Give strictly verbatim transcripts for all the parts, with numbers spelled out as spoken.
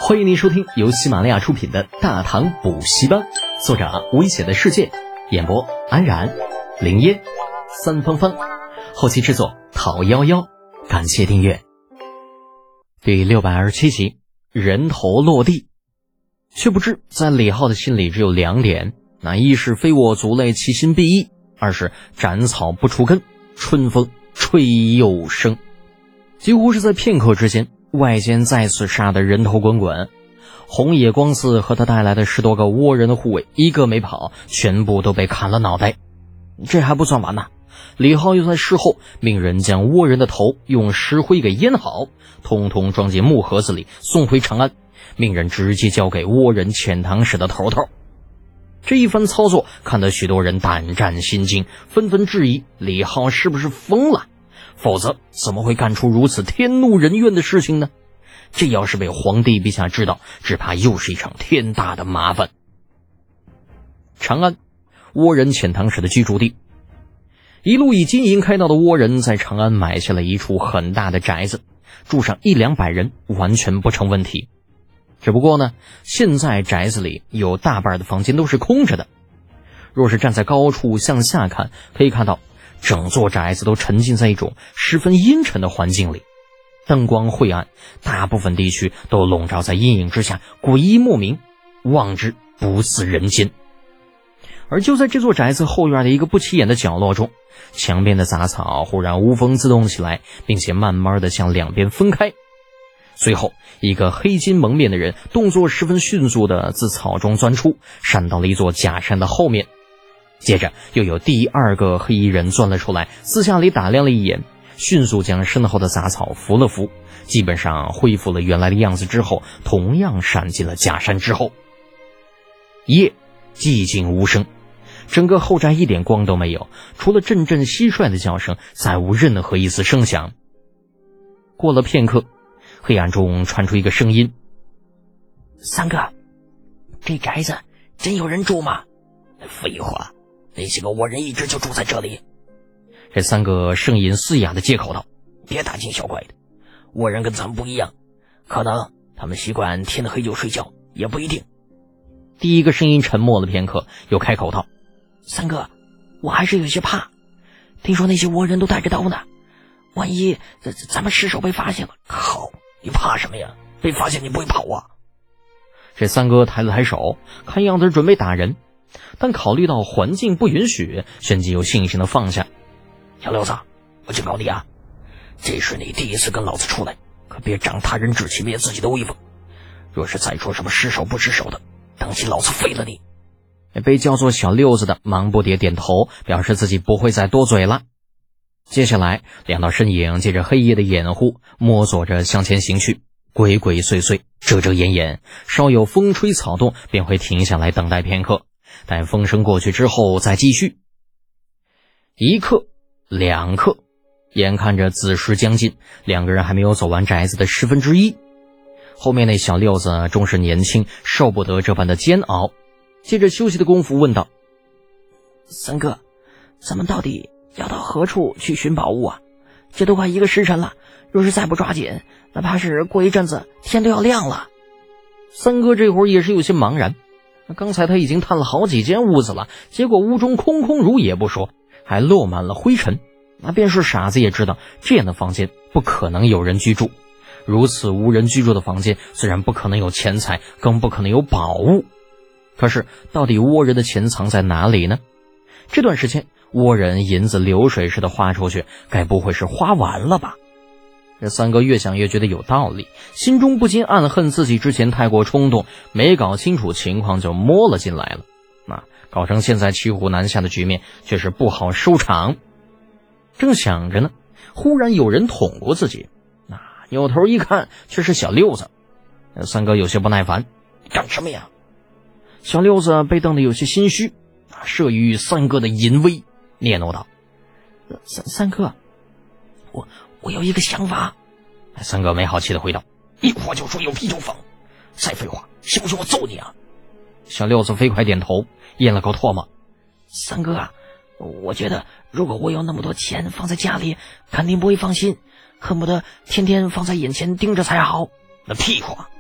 欢迎您收听由喜马拉雅出品的《大唐补习班》，作者危险的世界，演播安然、林烟、三芳芳，后期制作陶幺幺。感谢订阅。第六百二十七集，人头落地。却不知在李浩的心里只有两点，那一是非我族类，其心必异；二是斩草不除根，春风吹又生。几乎是在片刻之间，外间再次杀得人头滚滚。红野光寺和他带来的十多个倭人的护卫一个没跑，全部都被砍了脑袋。这还不算完呢，李浩又在事后命人将倭人的头用石灰给腌好，通通装进木盒子里送回长安，命人直接交给倭人遣唐使的头头。这一番操作看得许多人胆战心惊，纷纷质疑李浩是不是疯了，否则怎么会干出如此天怒人怨的事情呢？这要是被皇帝陛下知道，只怕又是一场天大的麻烦。长安，倭人遣唐使的居住地。一路以金银开道的倭人在长安买下了一处很大的宅子，住上一两百人完全不成问题。只不过呢，现在宅子里有大半的房间都是空着的。若是站在高处向下看，可以看到整座宅子都沉浸在一种十分阴沉的环境里，灯光晦暗，大部分地区都笼罩在阴影之下，诡异莫名，望之不似人间。而就在这座宅子后院的一个不起眼的角落中，墙边的杂草忽然无风自动起来，并且慢慢的向两边分开。随后一个黑巾蒙面的人动作十分迅速的自草中钻出，闪到了一座假山的后面。接着又有第二个黑衣人钻了出来，四下里打量了一眼，迅速将身后的杂草扶了扶，基本上恢复了原来的样子之后，同样闪进了假山之后。夜寂静无声，整个后宅一点光都没有，除了阵阵蟋蟀的叫声，再无任何一丝声响。过了片刻，黑暗中传出一个声音： 三哥，这宅子真有人住吗？废话，那些个倭人一直就住在这里。 这三个声音嘶哑的接口道： 别大惊小怪的，倭人跟咱们不一样，可能他们习惯天黑就睡觉，也不一定。 第一个声音沉默了片刻，又开口道： 三哥，我还是有些怕，听说那些倭人都带着刀呢，万一咱咱们失手被发现了，靠，你怕什么呀？被发现你不会跑啊？ 这三哥抬了抬手，看样子准备打人，但考虑到环境不允许，旋即有悻悻的放下。 小六子，我警告你啊，这是你第一次跟老子出来，可别长他人志气，灭自己的威风。若是再说什么失手不失手的，当心老子废了你。 被叫做小六子的忙不迭点头，表示自己不会再多嘴了。接下来两道身影借着黑夜的掩护，摸索着向前行去，鬼鬼祟祟，遮遮掩掩，稍有风吹草动便会停下来等待片刻，待风声过去之后再继续。一刻两刻，眼看着子时将近，两个人还没有走完宅子的十分之一。后面那小六子终是年轻，受不得这般的煎熬，借着休息的功夫问道： 三哥，咱们到底要到何处去寻宝物啊？这都快一个时辰了，若是再不抓紧，哪怕是过一阵子天都要亮了。 三哥这会儿也是有些茫然，刚才他已经探了好几间屋子了，结果屋中空空如也不说，还落满了灰尘，那便是傻子也知道这样的房间不可能有人居住。如此无人居住的房间，自然不可能有钱财，更不可能有宝物。可是到底倭人的钱藏在哪里呢？这段时间倭人银子流水似的花出去，该不会是花完了吧？这三哥越想越觉得有道理，心中不禁暗恨自己之前太过冲动，没搞清楚情况就摸了进来了，那搞成现在骑虎难下的局面，却是不好收场。正想着呢，忽然有人捅过自己，那扭头一看，却是小六子。三哥有些不耐烦： 干什么呀？ 小六子被瞪得有些心虚，慑于三哥的淫威，嗫嚅道： 三三哥，我我有一个想法。 三哥没好气的回道： 一说就说，有屁就放，再废话，信不信我揍你啊？ 小六子飞快点头，咽了口唾沫： 三哥啊，我觉得如果我有那么多钱放在家里，肯定不会放心，恨不得天天放在眼前盯着才好。 那屁话，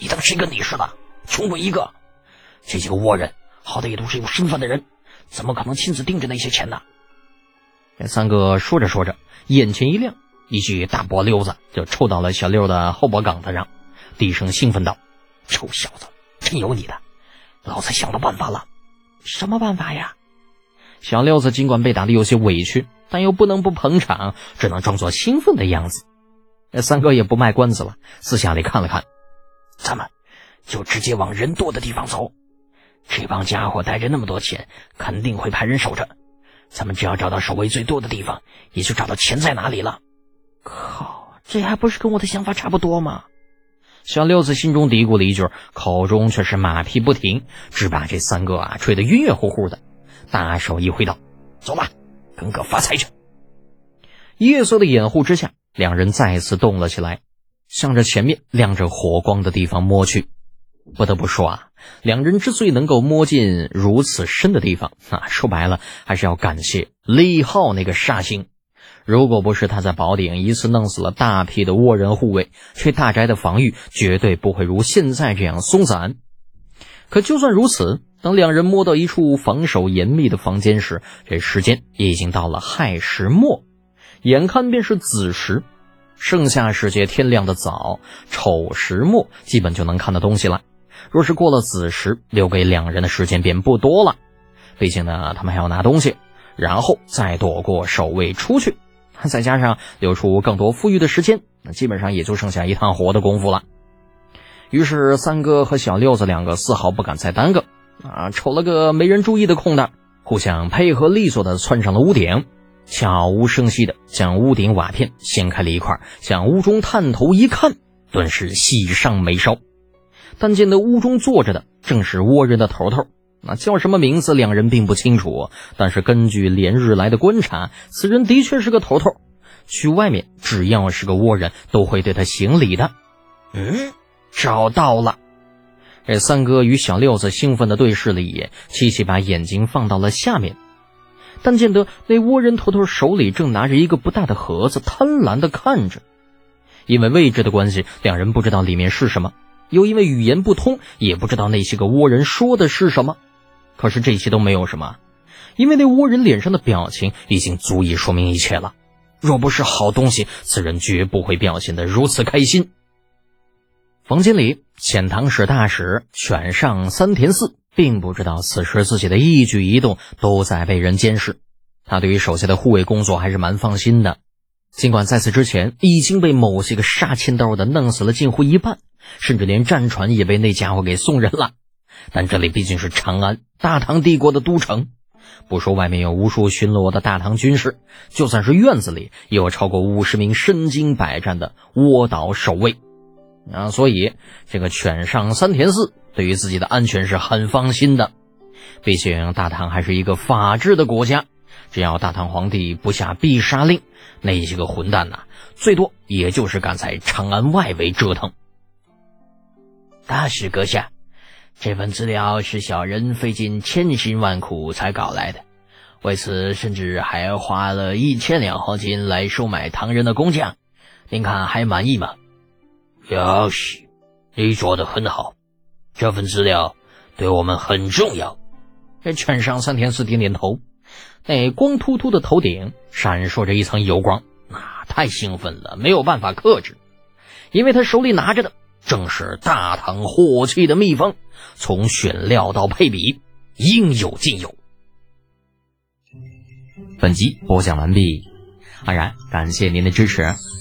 你当谁跟你似的，穷鬼一个！这几个倭人好歹也都是有身份的人，怎么可能亲自盯着那些钱呢？ 这三个说着说着，眼前一亮，一记大波溜子就抽到了小六的后脖杠子上，低声兴奋道： 臭小子，真有你的！老子想到办法了。什么办法呀？ 小六子尽管被打得有些委屈，但又不能不捧场，只能装作兴奋的样子。三哥也不卖关子了，私下里看了看， 咱们就直接往人多的地方走。这帮家伙带着那么多钱，肯定会派人守着。咱们只要找到守卫最多的地方，也就找到钱在哪里了。 靠，这还不是跟我的想法差不多吗？小六子心中嘀咕了一句，口中却是马屁不停，只把这三个啊吹得晕晕乎乎的，大手一挥道： 走吧，跟个发财去。 夜色的掩护之下，两人再次动了起来，向着前面亮着火光的地方摸去。不得不说啊，两人之所以能够摸进如此深的地方啊，说白了还是要感谢李浩那个煞星。如果不是他在宝鼎一次弄死了大批的倭人护卫，这大宅的防御绝对不会如现在这样松散。可就算如此，当两人摸到一处防守严密的房间时，这时间也已经到了亥时末，眼看便是子时。盛夏时节天亮的早，丑时末基本就能看到东西了。若是过了子时，留给两人的时间便不多了。毕竟呢，他们还要拿东西，然后再躲过守卫出去，再加上留出更多富裕的时间，那基本上也就剩下一趟活的功夫了。于是三哥和小六子两个丝毫不敢再耽搁啊，瞅了个没人注意的空档，互相配合利索地窜上了屋顶，悄无声息地将屋顶瓦片掀开了一块，向屋中探头一看，顿时喜上眉梢。但见得屋中坐着的正是倭人的头头，那叫什么名字两人并不清楚，但是根据连日来的观察，此人的确是个头头，去外面只要是个倭人都会对他行礼的。嗯，找到了。这三哥与小六子兴奋地对视了一眼，齐齐把眼睛放到了下面，但见得那倭人头头手里正拿着一个不大的盒子，贪婪地看着。因为位置的关系，两人不知道里面是什么，又因为语言不通，也不知道那些个倭人说的是什么。可是这些都没有什么，因为那倭人脸上的表情已经足以说明一切了。若不是好东西，此人绝不会表现得如此开心。房间里，遣唐使大使犬上三田寺并不知道此时自己的一举一动都在被人监视，他对于手下的护卫工作还是蛮放心的。尽管在此之前已经被某些个杀千刀的弄死了近乎一半，甚至连战船也被那家伙给送人了，但这里毕竟是长安，大唐帝国的都城，不说外面有无数巡逻的大唐军士，就算是院子里也有超过五十名身经百战的倭岛守卫啊，所以这个犬上三田寺对于自己的安全是很放心的。毕竟大唐还是一个法治的国家，只要大唐皇帝不下必杀令，那些个混蛋呐、啊，最多也就是敢在长安外围折腾。 大使阁下，这份资料是小人费尽千辛万苦才搞来的，为此甚至还花了一千两黄金来收买唐人的工匠，您看还满意吗？ 了解，你做得很好，这份资料对我们很重要。 这犬上三田寺点点头，那光秃秃的头顶闪烁着一层油光，啊，太兴奋了，没有办法克制，因为他手里拿着的正是大唐火器的秘方，从选料到配比，应有尽有。本集播讲完毕，安然感谢您的支持。